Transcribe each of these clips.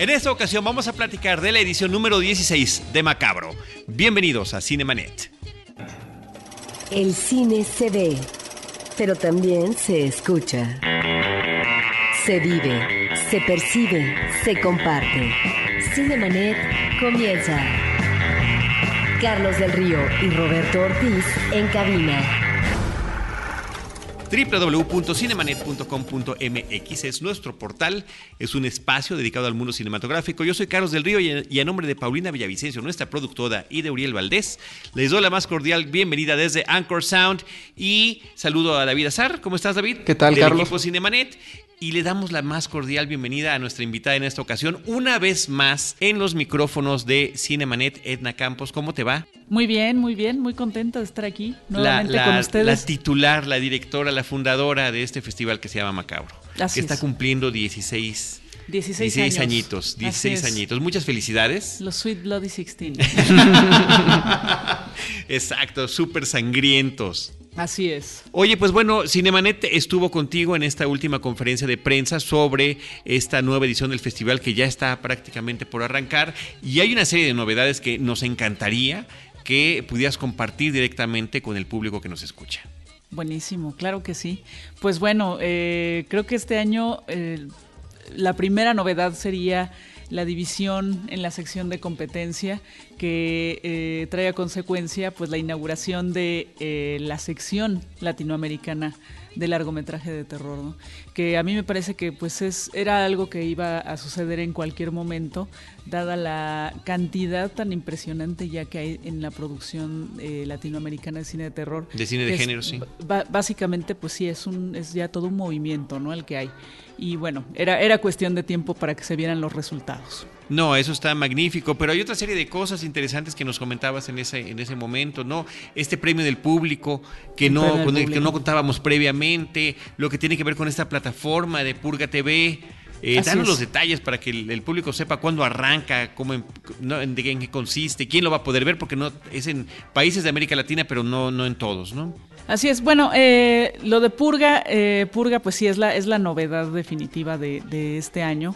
En esta ocasión vamos a platicar de la edición número 16 de Macabro. Bienvenidos a Cinemanet. El cine se ve, pero también se escucha. Se vive, se percibe, se comparte. Cinemanet comienza. Carlos del Río y Roberto Ortiz en cabina. www.cinemanet.com.mx es nuestro portal, es un espacio dedicado al mundo cinematográfico. Yo soy Carlos del Río y a nombre de Paulina Villavicencio, nuestra productora, y de Uriel Valdés, les doy la más cordial bienvenida desde Anchor Sound y saludo a David Azar. ¿Cómo estás, David? ¿Qué tal, Carlos? Del equipo Cinemanet. Y le damos la más cordial bienvenida a nuestra invitada en esta ocasión, una vez más en los micrófonos de Cinemanet, Edna Campos. ¿Cómo te va? Muy bien, muy contenta de estar aquí nuevamente con ustedes. La titular, la directora, la fundadora de este festival que se llama Macabro, Así que está es. cumpliendo 16 añitos. Muchas felicidades. Los Sweet Bloody 16. Exacto, súper sangrientos. Así es. Oye, pues bueno, Cinemanet estuvo contigo en esta última conferencia de prensa sobre esta nueva edición del festival que ya está prácticamente por arrancar, y hay una serie de novedades que nos encantaría que pudieras compartir directamente con el público que nos escucha. Buenísimo, claro que sí. Pues bueno, creo que este año la primera novedad sería la división en la sección de competencia que trae a consecuencia pues la inauguración de la sección latinoamericana de largometraje de terror, ¿no? Que a mí me parece que pues era algo que iba a suceder en cualquier momento, dada la cantidad tan impresionante ya que hay en la producción latinoamericana de cine de terror. De cine de género, sí. Básicamente, pues sí, es ya todo un movimiento, ¿no? El que hay. Y bueno, era cuestión de tiempo para que se vieran los resultados. No, eso está magnífico, pero hay otra serie de cosas interesantes que nos comentabas en ese momento, ¿no? Este premio del público con el que no contábamos previamente, lo que tiene que ver con esta plataforma de Purga TV. Danos los detalles para que el público sepa cuándo arranca, en qué consiste, quién lo va a poder ver, porque no es en países de América Latina, pero no en todos, ¿no? Así es. Bueno, lo de Purga pues sí es la novedad definitiva de este año.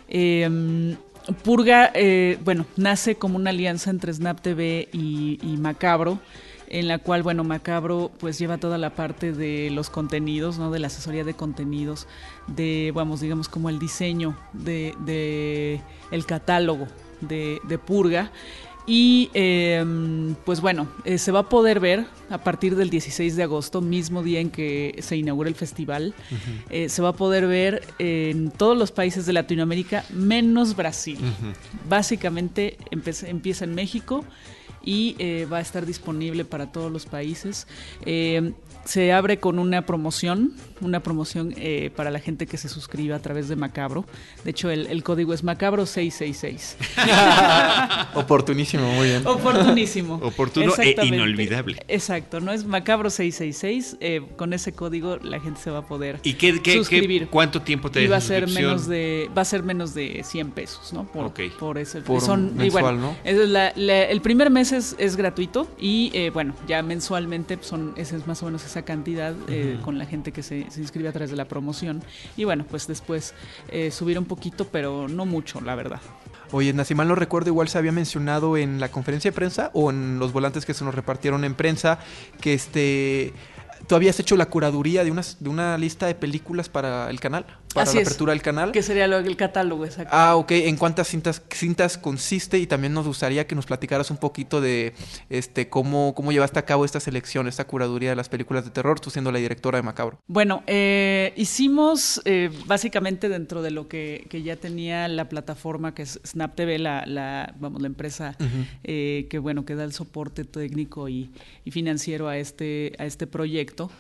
Purga, nace como una alianza entre Snap TV y Macabro, en la cual, bueno, Macabro pues lleva toda la parte de los contenidos, ¿no? De la asesoría de contenidos, digamos como el diseño de el catálogo de Purga. Y pues bueno, se va a poder ver a partir del 16 de agosto, mismo día en que se inaugura el festival. Uh-huh. Se va a poder ver en todos los países de Latinoamérica, menos Brasil. Uh-huh. Básicamente empieza en México y va a estar disponible para todos los países. Se abre con una promoción para la gente que se suscriba a través de Macabro. De hecho, el código es Macabro 666. Oportunísimo, muy bien. Oportunísimo. Oportuno e inolvidable. Exacto, ¿no? Es Macabro 666. Con ese código la gente se va a poder suscribir. ¿Cuánto tiempo te da suscripción? Va a ser menos de 100 pesos, ¿no? Por ese. Por mensual, ¿no? El primer mes es gratuito y ya mensualmente ese es más o menos esa cantidad con la gente que se inscribe a través de la promoción. Y bueno, pues después subir un poquito, pero no mucho, la verdad. Oye, si mal no recuerdo, igual se había mencionado en la conferencia de prensa o en los volantes que se nos repartieron en prensa que tú habías hecho la curaduría de una lista de películas para el canal, para la apertura del canal. Que sería el catálogo, exacto. Ah, ok. ¿En cuántas cintas consiste? Y también nos gustaría que nos platicaras un poquito de cómo llevaste a cabo esta selección, esta curaduría de las películas de terror, tú siendo la directora de Macabro. Bueno, hicimos básicamente dentro de lo que ya tenía la plataforma que es Snap TV, la empresa uh-huh. Que da el soporte técnico y financiero a este proyecto.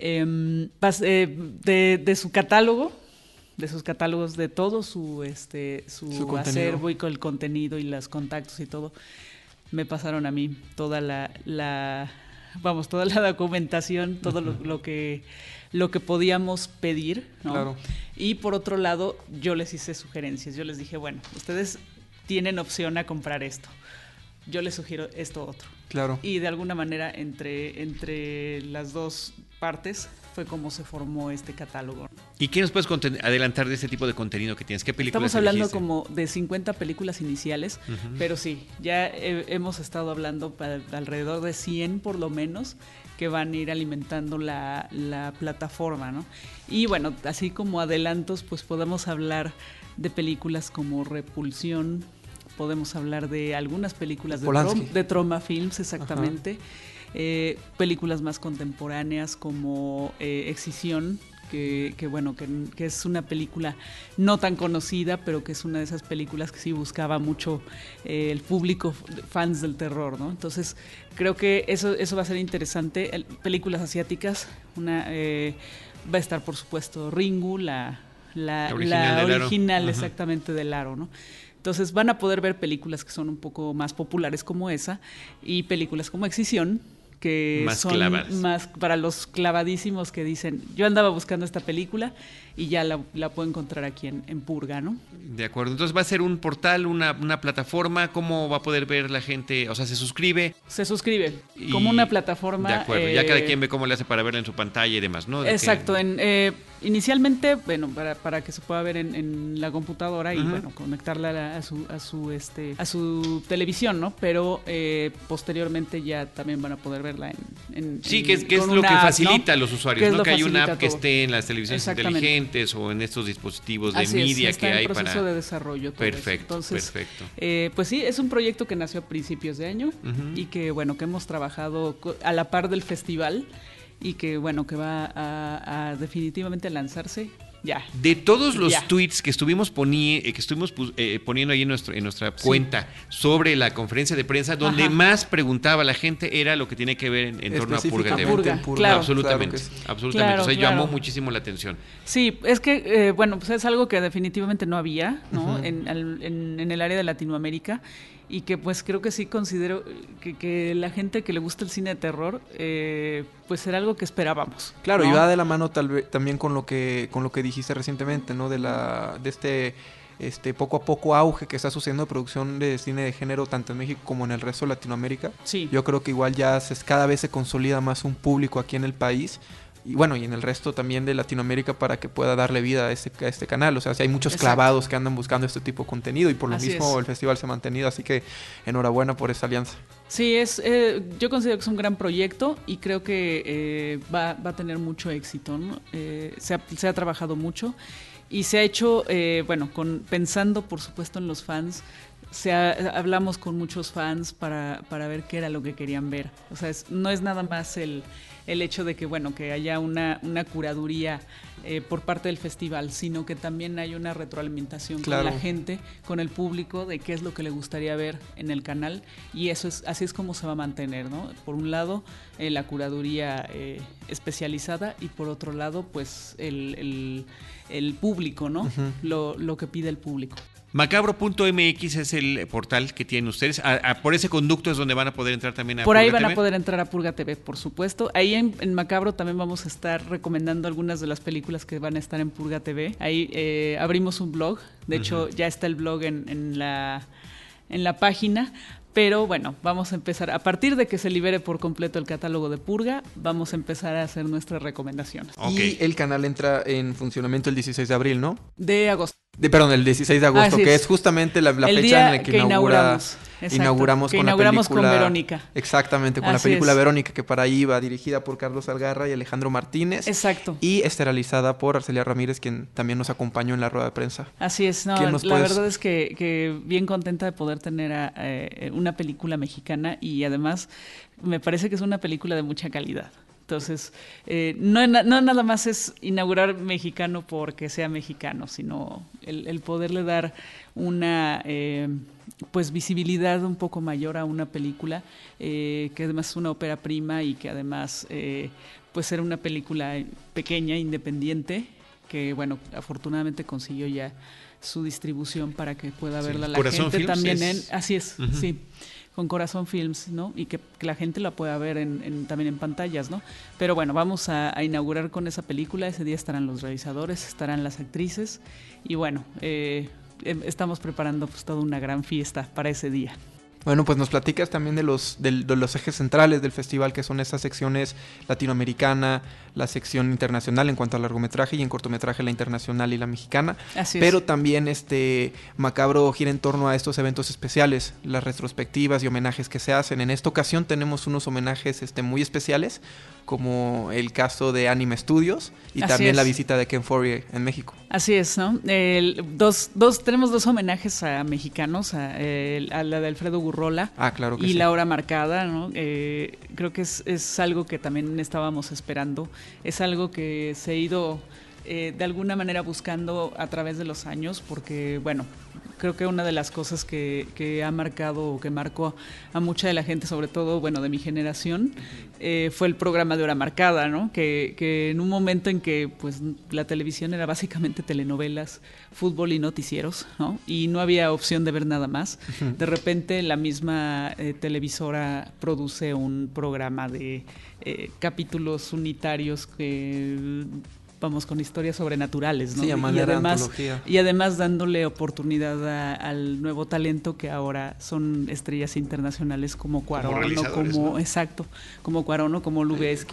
De su catálogo, de sus catálogos, de todo su acervo y con el contenido y los contactos y todo, me pasaron a mí toda la documentación, todo uh-huh. lo que podíamos pedir, ¿no? Claro. Y por otro lado, yo les hice sugerencias. Yo les dije, bueno, ustedes tienen opción a comprar esto. Yo les sugiero esto otro. Claro. Y de alguna manera entre las dos partes fue como se formó este catálogo. ¿Y qué nos puedes adelantar de este tipo de contenido que tienes? ¿Qué películas Estamos hablando elegiste? como de 50 películas iniciales, pero sí, ya hemos estado hablando alrededor de 100 por lo menos, que van a ir alimentando la plataforma, ¿no? Y bueno, así como adelantos, pues podemos hablar de películas como Repulsión, podemos hablar de algunas películas de Troma Films, exactamente. Películas más contemporáneas como Excisión, que es una película no tan conocida, pero que es una de esas películas que sí buscaba mucho el público, fans del terror, ¿no? Entonces creo que eso va a ser interesante. Películas asiáticas, va a estar por supuesto Ringu, la original exactamente del Aro, ¿no? Entonces van a poder ver películas que son un poco más populares como esa, y películas como Excisión, que más son clavadas. Más para los clavadísimos que dicen, yo andaba buscando esta película y ya la puedo encontrar aquí en Purga, ¿no? De acuerdo, entonces va a ser un portal, una plataforma. ¿Cómo va a poder ver la gente? O sea, ¿se suscribe? Se suscribe como una plataforma. De acuerdo, ya cada quien ve cómo le hace para verla en su pantalla y demás, ¿no? Exacto, inicialmente, bueno, para que se pueda ver en la computadora y bueno, conectarla a su televisión, ¿no? Pero posteriormente ya también van a poder verla sí, que es lo que facilita a los usuarios, ¿no? Que hay una app que todo. esté en las televisiones inteligentes o en estos dispositivos de media que hay para... Está en proceso de desarrollo. Perfecto, entonces, perfecto. Pues sí, es un proyecto que nació a principios de año y que, bueno, que hemos trabajado a la par del festival y que, bueno, que va a definitivamente lanzarse ya. De todos los tweets que estuvimos poniendo ahí en nuestra cuenta sobre la conferencia de prensa, donde más preguntaba la gente era lo que tiene que ver en torno a Purga TV. Claro, absolutamente, claro sí. absolutamente. Claro, o sea, llamó muchísimo la atención. Sí, es que, bueno, pues es algo que definitivamente no había, ¿no? En el área de Latinoamérica. Y que pues creo que sí considero que la gente que le gusta el cine de terror, pues era algo que esperábamos. Claro, ¿no? Y va de la mano también con lo que dijiste recientemente, ¿no? De este poco a poco auge que está sucediendo de producción de cine de género tanto en México como en el resto de Latinoamérica. Sí. Yo creo que igual ya cada vez se consolida más un público aquí en el país. Y bueno, y en el resto también de Latinoamérica para que pueda darle vida a este canal. O sea, si hay muchos clavados que andan buscando este tipo de contenido y por lo mismo el festival se ha mantenido. Así que enhorabuena por esa alianza. Sí, yo considero que es un gran proyecto y creo que va a tener mucho éxito, ¿no? Se ha trabajado mucho y se ha hecho, pensando por supuesto en los fans. Hablamos con muchos fans para ver qué era lo que querían ver. O sea, no es nada más el hecho de que, bueno, que haya una curaduría por parte del festival, sino que también hay una retroalimentación con la gente, con el público, de qué es lo que le gustaría ver en el canal, y así es como se va a mantener, ¿no? Por un lado, la curaduría especializada, y por otro lado, pues el público, ¿no? Lo que pide el público. Macabro.mx es el portal que tienen ustedes. Por ese conducto es donde van a poder entrar también a Por Purga ahí van TV. A poder entrar a Purga TV, por supuesto. Ahí en Macabro también vamos a estar recomendando algunas de las películas que van a estar en Purga TV. Ahí abrimos un blog. De hecho, ya está el blog en la página. Pero bueno, vamos a empezar. A partir de que se libere por completo el catálogo de Purga, vamos a empezar a hacer nuestras recomendaciones. Okay. Y el canal entra en funcionamiento el 16 de abril, ¿no? De agosto. El 16 de agosto, que es justamente la fecha en la que inauguramos con la película. Con Verónica. Exactamente, con la película Verónica, que para ahí va dirigida por Carlos Algarra y Alejandro Martínez. Exacto. Y esterilizada por Arcelia Ramírez, quien también nos acompañó en la rueda de prensa. Así es, la verdad es que bien contenta de poder tener una película mexicana, y además me parece que es una película de mucha calidad. Entonces, no nada más es inaugurar mexicano porque sea mexicano, sino el poderle dar una pues visibilidad un poco mayor a una película que además es una ópera prima, y que además pues era una película pequeña, independiente, que bueno, afortunadamente consiguió ya su distribución para que pueda verla la Corazón gente Films también así es, sí. Con Corazón Films, ¿no? Y que la gente la pueda ver también en pantallas, ¿no? Pero bueno, vamos a inaugurar con esa película. Ese día estarán los realizadores, estarán las actrices, y bueno, estamos preparando pues toda una gran fiesta para ese día. Bueno, pues nos platicas también de los ejes centrales del festival, que son estas secciones latinoamericana, la sección internacional en cuanto a largometraje, y en cortometraje la internacional y la mexicana. Así es. Pero también Macabro gira en torno a estos eventos especiales, las retrospectivas y homenajes que se hacen. En esta ocasión tenemos unos homenajes muy especiales, como el caso de Anime Studios y Así también es. la visita de Ken Foree en México. Así es, ¿no? Tenemos dos homenajes a mexicanos, a la de Alfredo Gurrola Claro que y sí. La Hora Marcada, ¿no? Creo que es algo que también estábamos esperando, es algo que se ha ido de alguna manera buscando a través de los años, porque, bueno, creo que una de las cosas que ha marcado o que marcó a mucha de la gente, sobre todo, bueno, de mi generación, fue el programa de Hora Marcada, ¿no? Que en un momento en que pues la televisión era básicamente telenovelas, fútbol y noticieros, ¿no? Y no había opción de ver nada más. De repente la misma televisora produce un programa de capítulos unitarios que... vamos, con historias sobrenaturales, ¿no? Sí, a manera de antología. Y además dándole oportunidad al nuevo talento que ahora son estrellas internacionales como Cuarón, ¿no? Exacto, como Cuarón o como Lubeski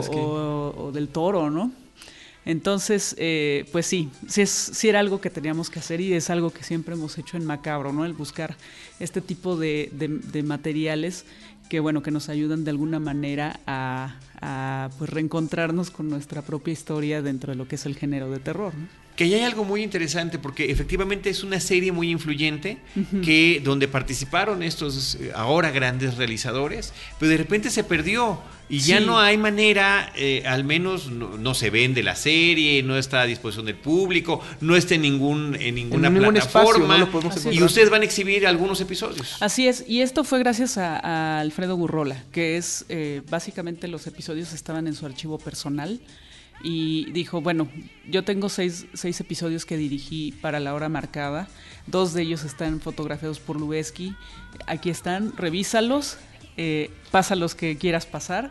o del Toro, ¿no? Entonces, pues sí era algo que teníamos que hacer y es algo que siempre hemos hecho en Macabro, ¿no? El buscar este tipo de materiales que, bueno, que nos ayudan de alguna manera a pues reencontrarnos con nuestra propia historia dentro de lo que es el género de terror, ¿no? Que ya hay algo muy interesante, porque efectivamente es una serie muy influyente, que donde participaron estos ahora grandes realizadores, pero de repente se perdió y ya no hay manera, al menos no se vende la serie, no está a disposición del público, no está en ninguna plataforma, espacio, no lo podemos y ustedes van a exhibir algunos episodios. Así es, y esto fue gracias a Alfredo Gurrola, que es básicamente los episodios estaban en su archivo personal. Y dijo, bueno, yo tengo seis episodios que dirigí para La Hora Marcada, 2 de ellos están fotografiados por Lubeski, aquí están, revísalos, pasa los que quieras pasar,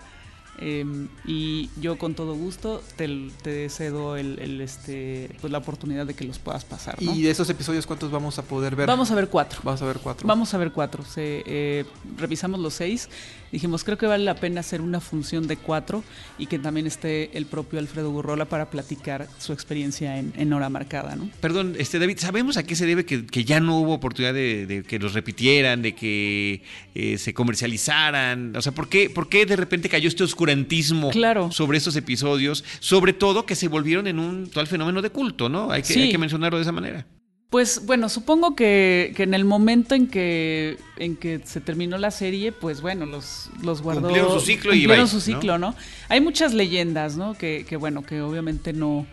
y yo con todo gusto te cedo pues la oportunidad de que los puedas pasar, ¿no? ¿Y de esos episodios cuántos vamos a poder ver? Vamos a ver 4. Vamos a ver 4. Vamos a ver 4. Revisamos los 6. Dijimos, creo que vale la pena hacer una función de 4 y que también esté el propio Alfredo Gurrola para platicar su experiencia en Hora Marcada, ¿no? Perdón, David, ¿sabemos a qué se debe que ya no hubo oportunidad de que los repitieran, de que se comercializaran? O sea, ¿por qué de repente cayó este oscurantismo sobre estos episodios? Sobre todo que se volvieron en un total fenómeno de culto, ¿no? Hay que mencionarlo de esa manera. Pues bueno, supongo que en el momento en que se terminó la serie, pues bueno, los guardó. Cumplieron su ciclo y bye, su ciclo, ¿no? Hay muchas leyendas, ¿no? Que bueno, que obviamente no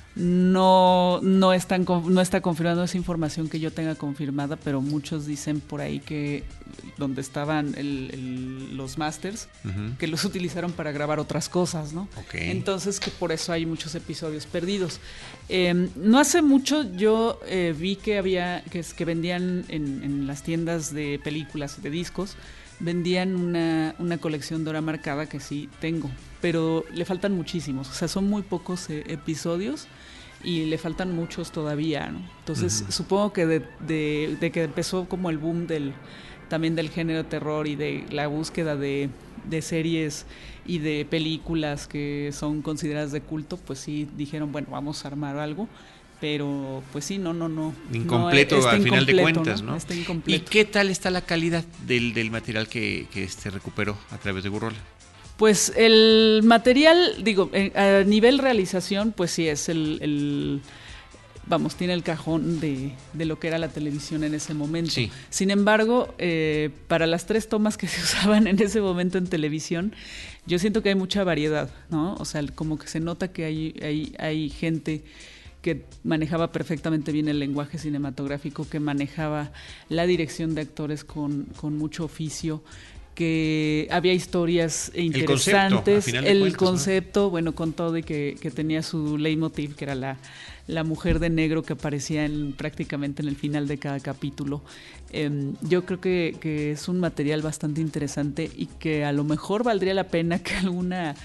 está confirmando esa información que yo tenga confirmada, pero muchos dicen por ahí que donde estaban los masters, que los utilizaron para grabar otras cosas, ¿no? Okay. Entonces que por eso hay muchos episodios perdidos. No hace mucho yo vi que vendían en las tiendas de películas y de discos, vendían una colección de Hora Marcada que sí tengo, pero le faltan muchísimos, o sea, son muy pocos episodios y le faltan muchos todavía, ¿no? Entonces supongo que de que empezó como el boom también del género de terror y de la búsqueda de series y de películas que son consideradas de culto, pues sí dijeron, bueno, vamos a armar algo. Pero pues sí, no. Incompleto al final de cuentas, ¿no? Está incompleto. ¿Y qué tal está la calidad del material que recuperó a través de Gurrola? Pues el material, a nivel realización, pues sí es tiene el cajón de lo que era la televisión en ese momento. Sí. Sin embargo, para las 3 tomas que se usaban en ese momento en televisión, yo siento que hay mucha variedad, ¿no? O sea, como que se nota que hay gente que manejaba perfectamente bien el lenguaje cinematográfico, que manejaba la dirección de actores con mucho oficio, que había historias interesantes, el concepto, ¿no? Bueno, con todo y que tenía su leitmotiv, que era la mujer de negro que aparecía prácticamente en el final de cada capítulo. Yo creo que es un material bastante interesante y que a lo mejor valdría la pena que alguna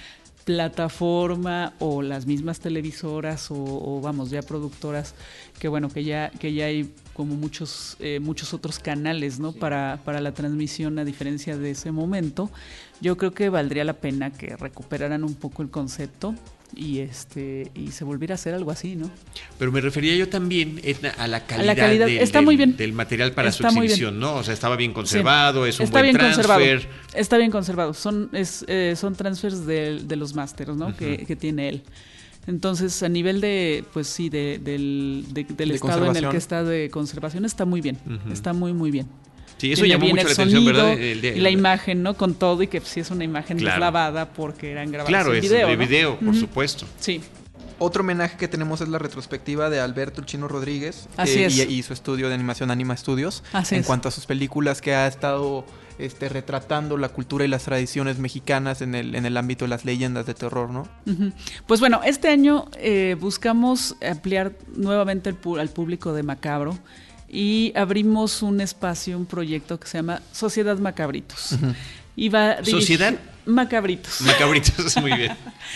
plataforma o las mismas televisoras o vamos, ya productoras que bueno, que ya hay como muchos otros canales, ¿no? Para la transmisión, a diferencia de ese momento, yo creo que valdría la pena que recuperaran un poco el concepto y se volviera a hacer algo así, ¿no? Pero me refería yo también, Edna, a la calidad, está muy bien. del material para Está su exhibición, ¿no? O sea, estaba bien conservado, es un buen transfer. Está bien conservado. Son transfers de los másteres, ¿no? Que tiene él. Entonces, a nivel de, pues sí, del estado en el que está de conservación, está muy bien. Está muy, muy bien. Sí, eso llamó mucho la atención, ¿verdad? Y la imagen, ¿no? Con todo, y que sí es una imagen deslavada porque eran grabadas en video. Claro, es de video, por supuesto. Sí. Otro homenaje que tenemos es la retrospectiva de Alberto el Chino Rodríguez. Así es. Y su estudio de animación Anima Studios. Así en es. cuanto a sus películas que ha estado retratando la cultura y las tradiciones mexicanas en el ámbito de las leyendas de terror, ¿no? Uh-huh. Pues bueno, este año buscamos ampliar nuevamente al público de Macabro y abrimos un espacio, un proyecto que se llama Sociedad Macabritos. Uh-huh. Y va ¿Sociedad? Macabritos. Macabritos, muy bien.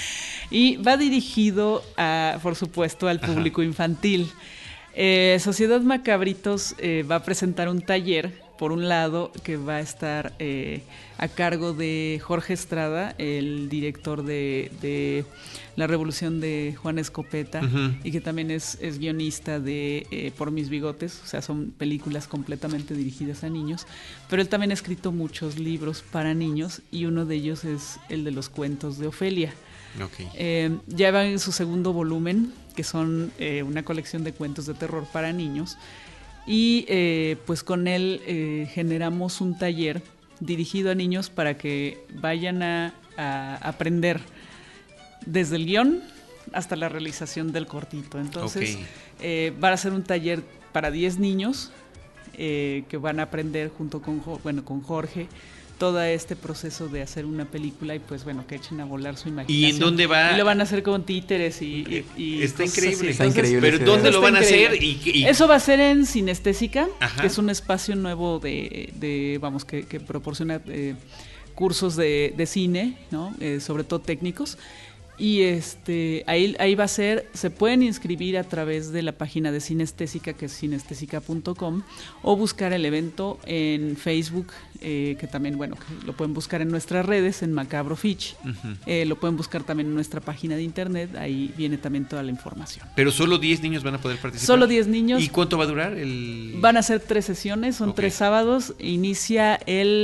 Y va dirigido, por supuesto, al público infantil. Sociedad Macabritos va a presentar un taller, por un lado, que va a estar a cargo de Jorge Estrada, el director de La Revolución de Juan Escopeta, y que también es guionista de Por mis bigotes, o sea, son películas completamente dirigidas a niños, pero él también ha escrito muchos libros para niños, y uno de ellos es el de los cuentos de Ofelia. Okay. Ya va en su segundo volumen, que son una colección de cuentos de terror para niños, y pues con él generamos un taller dirigido a niños para que vayan a aprender desde el guión hasta la realización del cortito. Entonces va a ser un taller para 10 niños que van a aprender junto con Jorge todo este proceso de hacer una película, y pues bueno, que echen a volar su imaginación. ¿Y en dónde va? Y lo van a hacer con títeres y está increíble. Está increíble. Pero ¿dónde lo van a hacer? Eso va a ser en Cinestésica, Ajá. que es un espacio nuevo vamos, que proporciona cursos de cine, ¿no? Sobre todo técnicos. Y ahí va a ser, se pueden inscribir a través de la página de Cinestésica, que es cinestésica.com, o buscar el evento en Facebook, que también, bueno, que lo pueden buscar en nuestras redes, en Macabro Fitch. Lo pueden buscar también en nuestra página de internet, ahí viene también toda la información. Pero solo 10 niños van a poder participar. Solo 10 niños. ¿Y cuánto va a durar? Van a ser 3 sesiones, son 3 sábados, inicia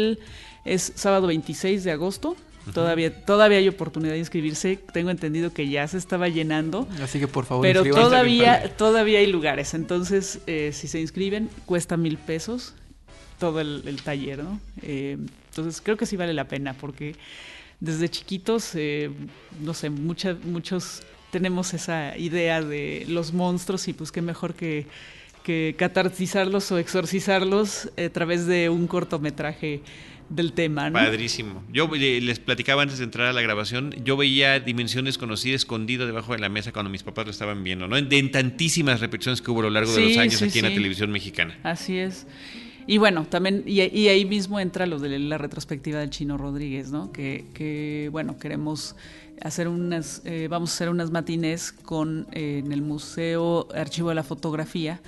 es sábado 26 de agosto. Todavía hay oportunidad de inscribirse. Tengo entendido que ya se estaba llenando. Así que por favor, pero todavía hay lugares. Entonces, si se inscriben, cuesta $1,000 todo el taller, ¿no? Entonces, creo que sí vale la pena, porque desde chiquitos, no sé, muchos tenemos esa idea de los monstruos, y pues qué mejor que catartizarlos o exorcizarlos a través de un cortometraje del tema, ¿no? Padrísimo. Yo les platicaba antes de entrar a la grabación, yo veía Dimensión Desconocida escondido debajo de la mesa cuando mis papás lo estaban viendo, ¿no? En tantísimas repeticiones que hubo a lo largo de los años aquí en la televisión mexicana. Así es. Y bueno, también, y ahí mismo entra lo de la retrospectiva del Chino Rodríguez, ¿no? Que bueno, queremos hacer vamos a hacer unas matinés en el Museo Archivo de la Fotografía,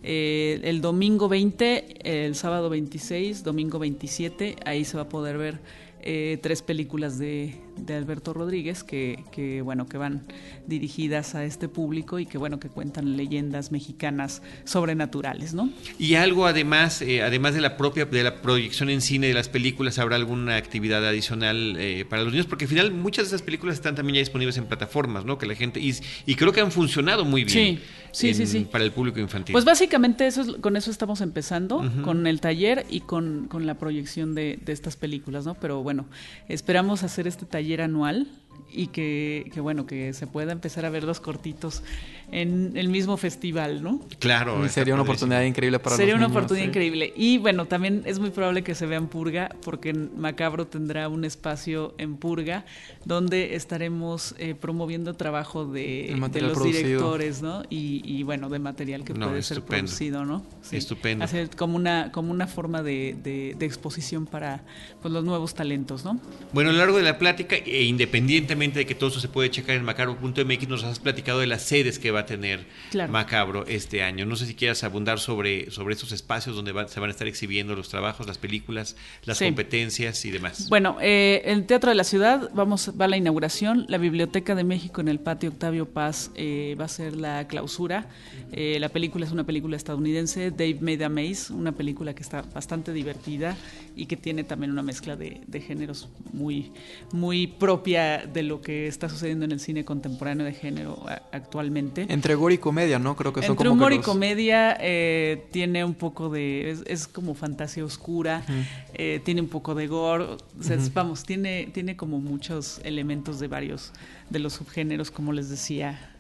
el domingo 20, el sábado 26, domingo 27, ahí se va a poder ver 3 películas de Alberto Rodríguez que van dirigidas a este público y que cuentan leyendas mexicanas sobrenaturales, ¿no? Y algo además de la proyección en cine de las películas, ¿habrá alguna actividad adicional para los niños? Porque al final muchas de esas películas están también ya disponibles en plataformas, ¿no? Que la gente y creo que han funcionado muy bien. Sí. Para el público infantil. Pues básicamente con eso estamos empezando, con el taller y con la proyección de estas películas, ¿no? Pero bueno, esperamos hacer este taller anual y que se pueda empezar a ver los cortitos en el mismo festival, ¿no? Claro. Y sería una oportunidad increíble para los niños. Sería una oportunidad increíble. Y bueno, también es muy probable que se vea en Purga, porque Macabro tendrá un espacio en Purga donde estaremos promoviendo trabajo de los producido. Directores, ¿no? Y bueno, de material que puede ser producido, ¿no? Sí. Estupendo. Hacer como una forma de exposición para pues, los nuevos talentos, ¿no? Bueno, a lo largo de la plática, e independientemente de que todo eso se puede checar en macabro.mx, nos has platicado de las sedes que va a tener Macabro este año. No sé si quieras abundar sobre estos espacios donde se van a estar exhibiendo los trabajos, las películas, las competencias y demás. Bueno, el Teatro de la Ciudad va a la inauguración, la Biblioteca de México en el Patio Octavio Paz va a ser la clausura. La película es una película estadounidense, Dave Made a Maze, una película que está bastante divertida y que tiene también una mezcla de géneros muy, muy propia de lo que está sucediendo en el cine contemporáneo de género actualmente. Entre gore y comedia, ¿no? Creo que son entre como humor y comedia tiene un poco de... Es como fantasía oscura, tiene un poco de gore, o sea, vamos, tiene como muchos elementos de varios de los subgéneros, como les decía.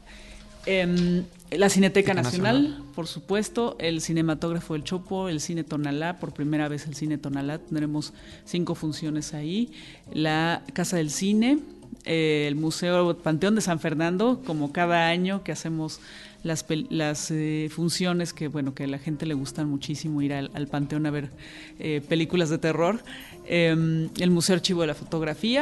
La Cineteca Nacional, por supuesto, el Cinematógrafo del Chopo, el Cine Tonalá, por primera vez el Cine Tonalá, tendremos 5 funciones ahí, la Casa del Cine, el Museo Panteón de San Fernando, como cada año que hacemos las funciones que bueno que a la gente le gustan muchísimo ir al Panteón a ver películas de terror, el Museo Archivo de la Fotografía.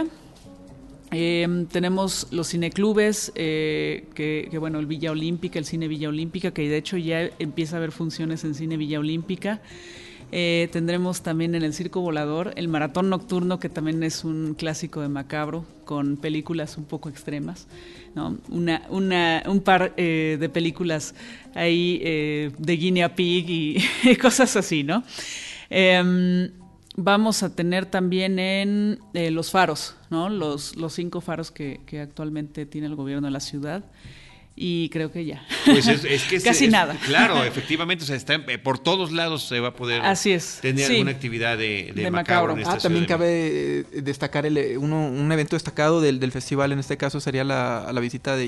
Tenemos los cineclubes, que bueno, el Villa Olímpica, el Cine Villa Olímpica, que de hecho ya empieza a haber funciones en Cine Villa Olímpica. Tendremos también en el Circo Volador el Maratón Nocturno, que también es un clásico de Macabro, con películas un poco extremas, ¿no? Un par de películas ahí de Guinea Pig y cosas así, ¿no? Vamos a tener también en los faros, ¿no? Los 5 faros que actualmente tiene el gobierno de la ciudad. Y creo que ya. Pues es que casi nada. Claro, efectivamente, o sea, está por todos lados se va a poder tener alguna actividad de Macabro en esta también ciudad cabe destacar un evento destacado del festival, en este caso sería la visita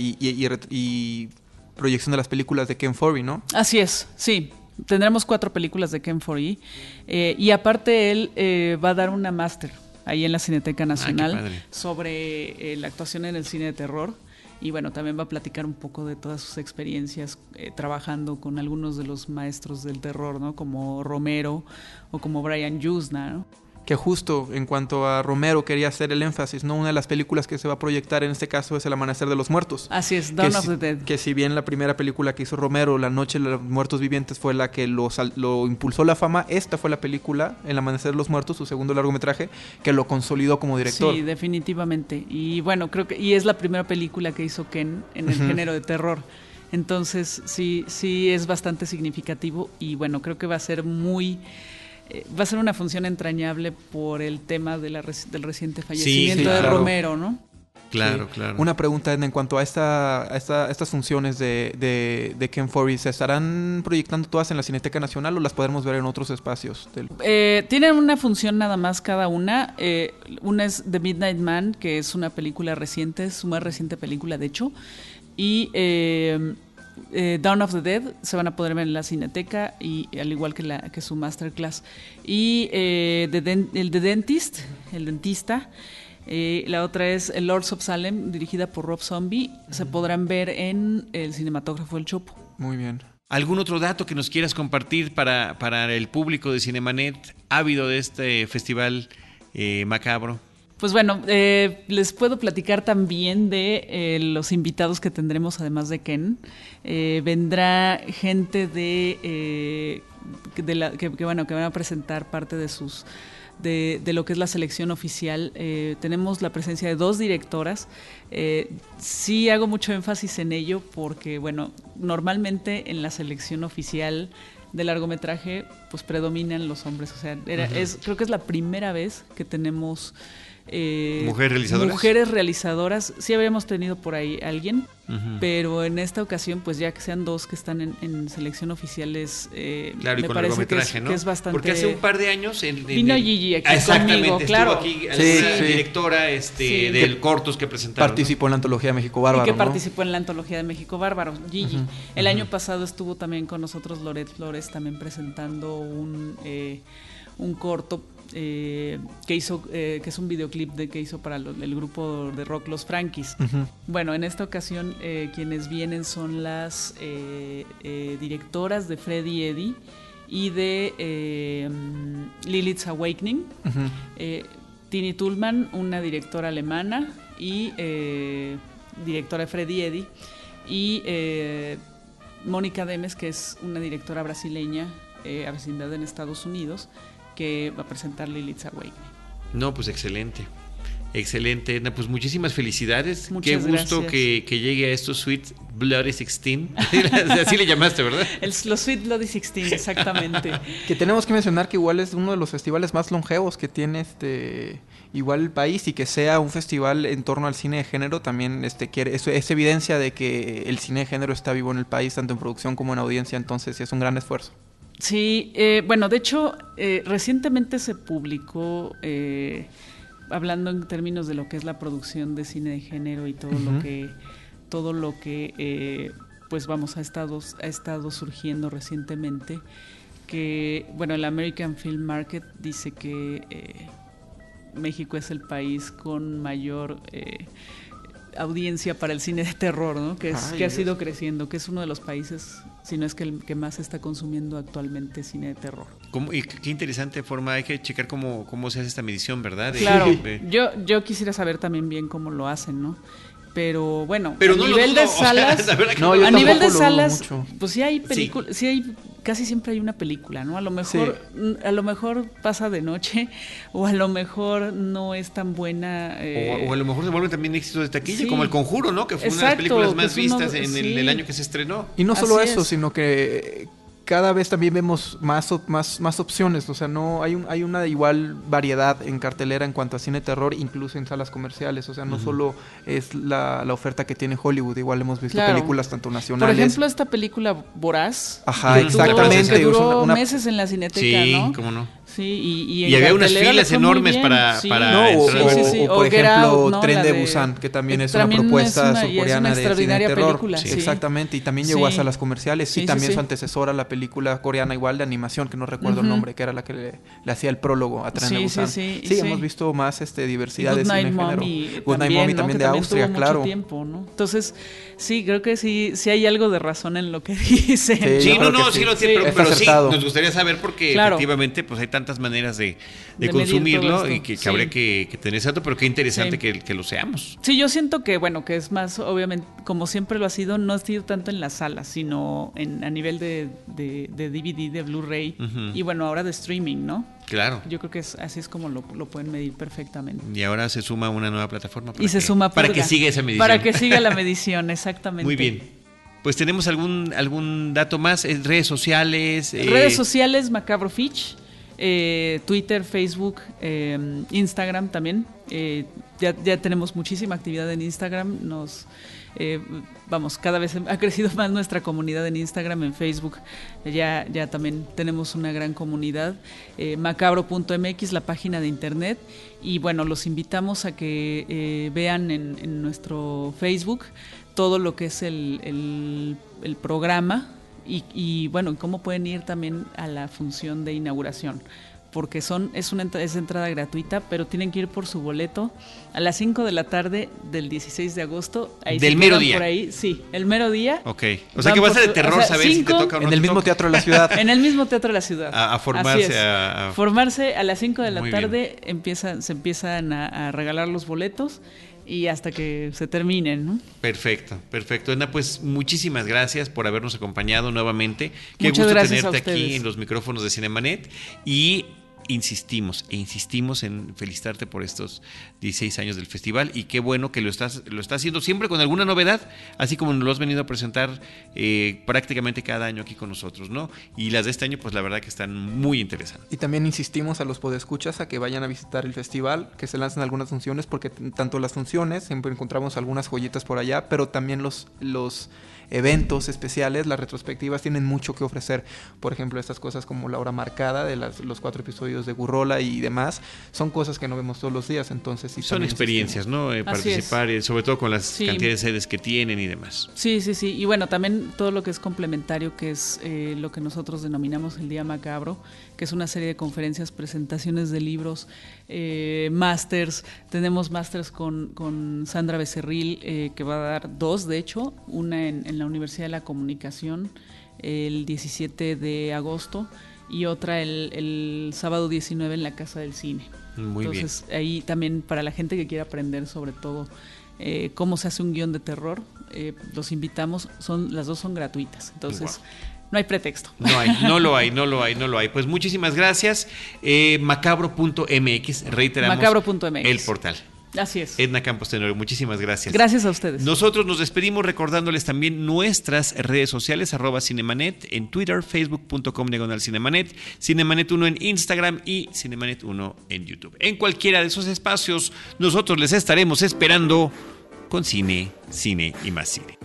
y proyección de las películas de Ken Foree, ¿no? Así es, sí. Tendremos 4 películas de Ken Foree y aparte él va a dar una máster ahí en la Cineteca Nacional sobre la actuación en el cine de terror. Y bueno, también va a platicar un poco de todas sus experiencias trabajando con algunos de los maestros del terror, ¿no? Como Romero o como Brian Yuzna, ¿no? Que justo en cuanto a Romero quería hacer el énfasis, ¿no? Una de las películas que se va a proyectar en este caso es El Amanecer de los Muertos. Así es, Dawn of the Dead. Que si bien la primera película que hizo Romero, La Noche de los Muertos Vivientes, fue la que lo impulsó la fama, esta fue la película, El Amanecer de los Muertos, su segundo largometraje, que lo consolidó como director. Sí, definitivamente. Y bueno, creo que es la primera película que hizo Ken en el género de terror. Entonces, sí es bastante significativo y bueno, creo que va a ser una función entrañable por el tema del reciente fallecimiento de Romero, ¿no? Claro. Una pregunta en cuanto a estas funciones de Ken Foree, ¿se estarán proyectando todas en la Cineteca Nacional o las podremos ver en otros espacios? Tienen una función nada más cada una. Una es The Midnight Man, que es una película reciente, es su más reciente película de hecho, y Dawn of the Dead se van a poder ver en la Cineteca y al igual que su masterclass y el The Dentist, el dentista. La otra es el Lords of Salem, dirigida por Rob Zombie. Se podrán ver en el Cinematógrafo del Chopo. Muy bien. ¿Algún otro dato que nos quieras compartir para el público de Cinemanet ávido de este festival Macabro? Pues bueno, les puedo platicar también de los invitados que tendremos, además de Ken. Vendrá gente que van a presentar parte de lo que es la selección oficial. Tenemos la presencia de 2 directoras. Sí hago mucho énfasis en ello porque, bueno, normalmente en la selección oficial de largometraje, pues predominan los hombres. O sea, creo que es la primera vez que tenemos mujeres realizadoras. Sí habíamos tenido por ahí alguien, pero en esta ocasión, pues ya que sean 2 que están en selección oficiales, claro, y me con parece largometraje, ¿no? que es bastante... Porque hace un par de años... Vino Gigi aquí exactamente, conmigo, claro. Estuvo aquí la directora del cortos que presentaron. Participó en la antología de México Bárbaro, y que participó en la antología de México Bárbaro, Gigi. El año pasado estuvo también con nosotros Loret Flores, también presentando un corto que hizo, que es un videoclip que hizo para el grupo de rock Los Frankies. Bueno, en esta ocasión quienes vienen son las directoras de Freddy Eddy y de Lilith's Awakening. Tini Tullman, una directora alemana y directora de Freddy Eddy, y Mónica Demes, que es una directora brasileña avecindada en Estados Unidos, que va a presentar Lilith's Awakening. No, pues excelente. Excelente, Edna, pues muchísimas felicidades. Muchas Qué gusto gracias. que llegue a estos Sweet Bloody 16. Así le llamaste, ¿verdad? Los Sweet Bloody 16, exactamente. Que tenemos que mencionar que igual es uno de los festivales más longevos que tiene igual el país, y que sea un festival en torno al cine de género también es evidencia de que el cine de género está vivo en el país, tanto en producción como en audiencia, entonces sí es un gran esfuerzo. Sí, bueno, de hecho, recientemente se publicó, hablando en términos de lo que es la producción de cine de género y todo lo que pues vamos, ha estado surgiendo recientemente, que, bueno, el American Film Market dice que México es el país con mayor audiencia para el cine de terror, ¿no? Que ha sido creciendo, que es uno de los países, si no es que el que más está consumiendo actualmente cine de terror. Y qué interesante forma, hay que checar cómo se hace esta medición, ¿verdad? Claro, yo quisiera saber también bien cómo lo hacen, ¿no? Pero bueno, pero a no nivel de salas, a nivel de salas, pues sí hay películas, sí hay, casi siempre hay una película, ¿no? A lo mejor pasa de noche, o a lo mejor no es tan buena. O a lo mejor se vuelven también éxitos de taquilla, como El Conjuro, ¿no? Que fue una de las películas más vistas en el año que se estrenó. Y no solo eso, sino que cada vez también vemos más opciones, o sea, no hay una igual variedad en cartelera en cuanto a cine de terror, incluso en salas comerciales, o sea, no solo es la oferta que tiene Hollywood, igual hemos visto películas tanto nacionales. Por ejemplo, esta película Voraz. Ajá, exactamente. Que duró meses en la Cineteca, ¿no? Sí, cómo no. Sí, y había unas filas enormes para o por ejemplo, Tren de Busan, que también es una propuesta surcoreana de cine de terror. Película, exactamente, y también llegó a salas comerciales, y también su antecesora, la película coreana igual de animación, que no recuerdo el nombre, que era la que le hacía el prólogo a Tren de Busan. Sí, hemos visto más diversidad de cine de género. Good Night Mommy también de Austria, claro. Tiempo, ¿no? Entonces, sí, creo que sí hay algo de razón en lo que dicen. Sí, pero sí, nos gustaría saber, porque efectivamente pues hay tantas maneras de consumirlo, y que habría que tener ese dato, pero qué interesante que lo seamos. Sí, yo siento que, bueno, que es más, obviamente, como siempre lo ha sido, no ha sido tanto en las salas, sino a nivel de DVD, de Blu-ray, y bueno, ahora de streaming, ¿no? Claro. Yo creo que así es como lo pueden medir perfectamente. Y ahora se suma una nueva plataforma para que siga esa medición. Para que siga la medición, exactamente. Muy bien. Pues tenemos algún dato más, redes sociales. Redes sociales, Macabro Fitch. Twitter, Facebook, Instagram también. Ya tenemos muchísima actividad en Instagram. Cada vez ha crecido más nuestra comunidad en Instagram, en Facebook. Ya también tenemos una gran comunidad. Macabro.mx, la página de internet. Y bueno, los invitamos a que vean en nuestro Facebook todo lo que es el programa. Y bueno, cómo pueden ir también a la función de inauguración, porque es entrada gratuita, pero tienen que ir por su boleto a las 5 de la tarde del 16 de agosto. Ahí del mero día. Por ahí, sí, el mero día. Ok. O sea que va a ser de terror saber si te toca o no. En el mismo teatro de la ciudad. En el mismo teatro de la ciudad. A formarse. Formarse a las 5 de la tarde, se empiezan a regalar los boletos, y hasta que se terminen, ¿no? Perfecto. Edna, pues muchísimas gracias por habernos acompañado nuevamente. Qué Muchas gusto gracias tenerte aquí en los micrófonos de Cinemanet. Y insistimos en felicitarte por estos 16 años del festival, y qué bueno que lo estás haciendo siempre con alguna novedad, así como nos lo has venido a presentar prácticamente cada año aquí con nosotros, ¿no? Y las de este año, pues la verdad que están muy interesantes. Y también insistimos a los podescuchas a que vayan a visitar el festival, que se lancen algunas funciones, porque tanto las funciones, siempre encontramos algunas joyitas por allá, pero también los eventos especiales, las retrospectivas tienen mucho que ofrecer. Por ejemplo, estas cosas como la hora marcada de los 4 episodios de Gurrola y demás, son cosas que no vemos todos los días, entonces sí, son experiencias, ¿no? Participar, sobre todo con las cantidades de sedes que tienen y demás. Sí, y bueno, también todo lo que es complementario, que es lo que nosotros denominamos el Día Macabro, que es una serie de conferencias, presentaciones de libros, másters. Tenemos másters con Sandra Becerril, que va a dar 2, de hecho, una en la Universidad de la Comunicación el 17 de agosto y otra el sábado 19 en la Casa del Cine. Entonces, ahí también para la gente que quiera aprender sobre todo cómo se hace un guión de terror, los invitamos, las 2 son gratuitas, entonces no hay pretexto. No lo hay. Pues muchísimas gracias. Macabro.mx, reiteramos. Macabro.mx. El portal. Así es. Edna Campos Tenorio, muchísimas gracias. Gracias a ustedes. Nosotros nos despedimos recordándoles también nuestras redes sociales, @Cinemanet en Twitter, facebook.com/Cinemanet, Cinemanet1 en Instagram y Cinemanet1 en YouTube. En cualquiera de esos espacios, nosotros les estaremos esperando con cine y más cine.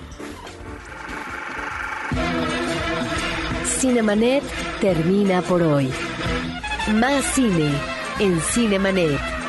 Cinemanet termina por hoy. Más cine en Cinemanet.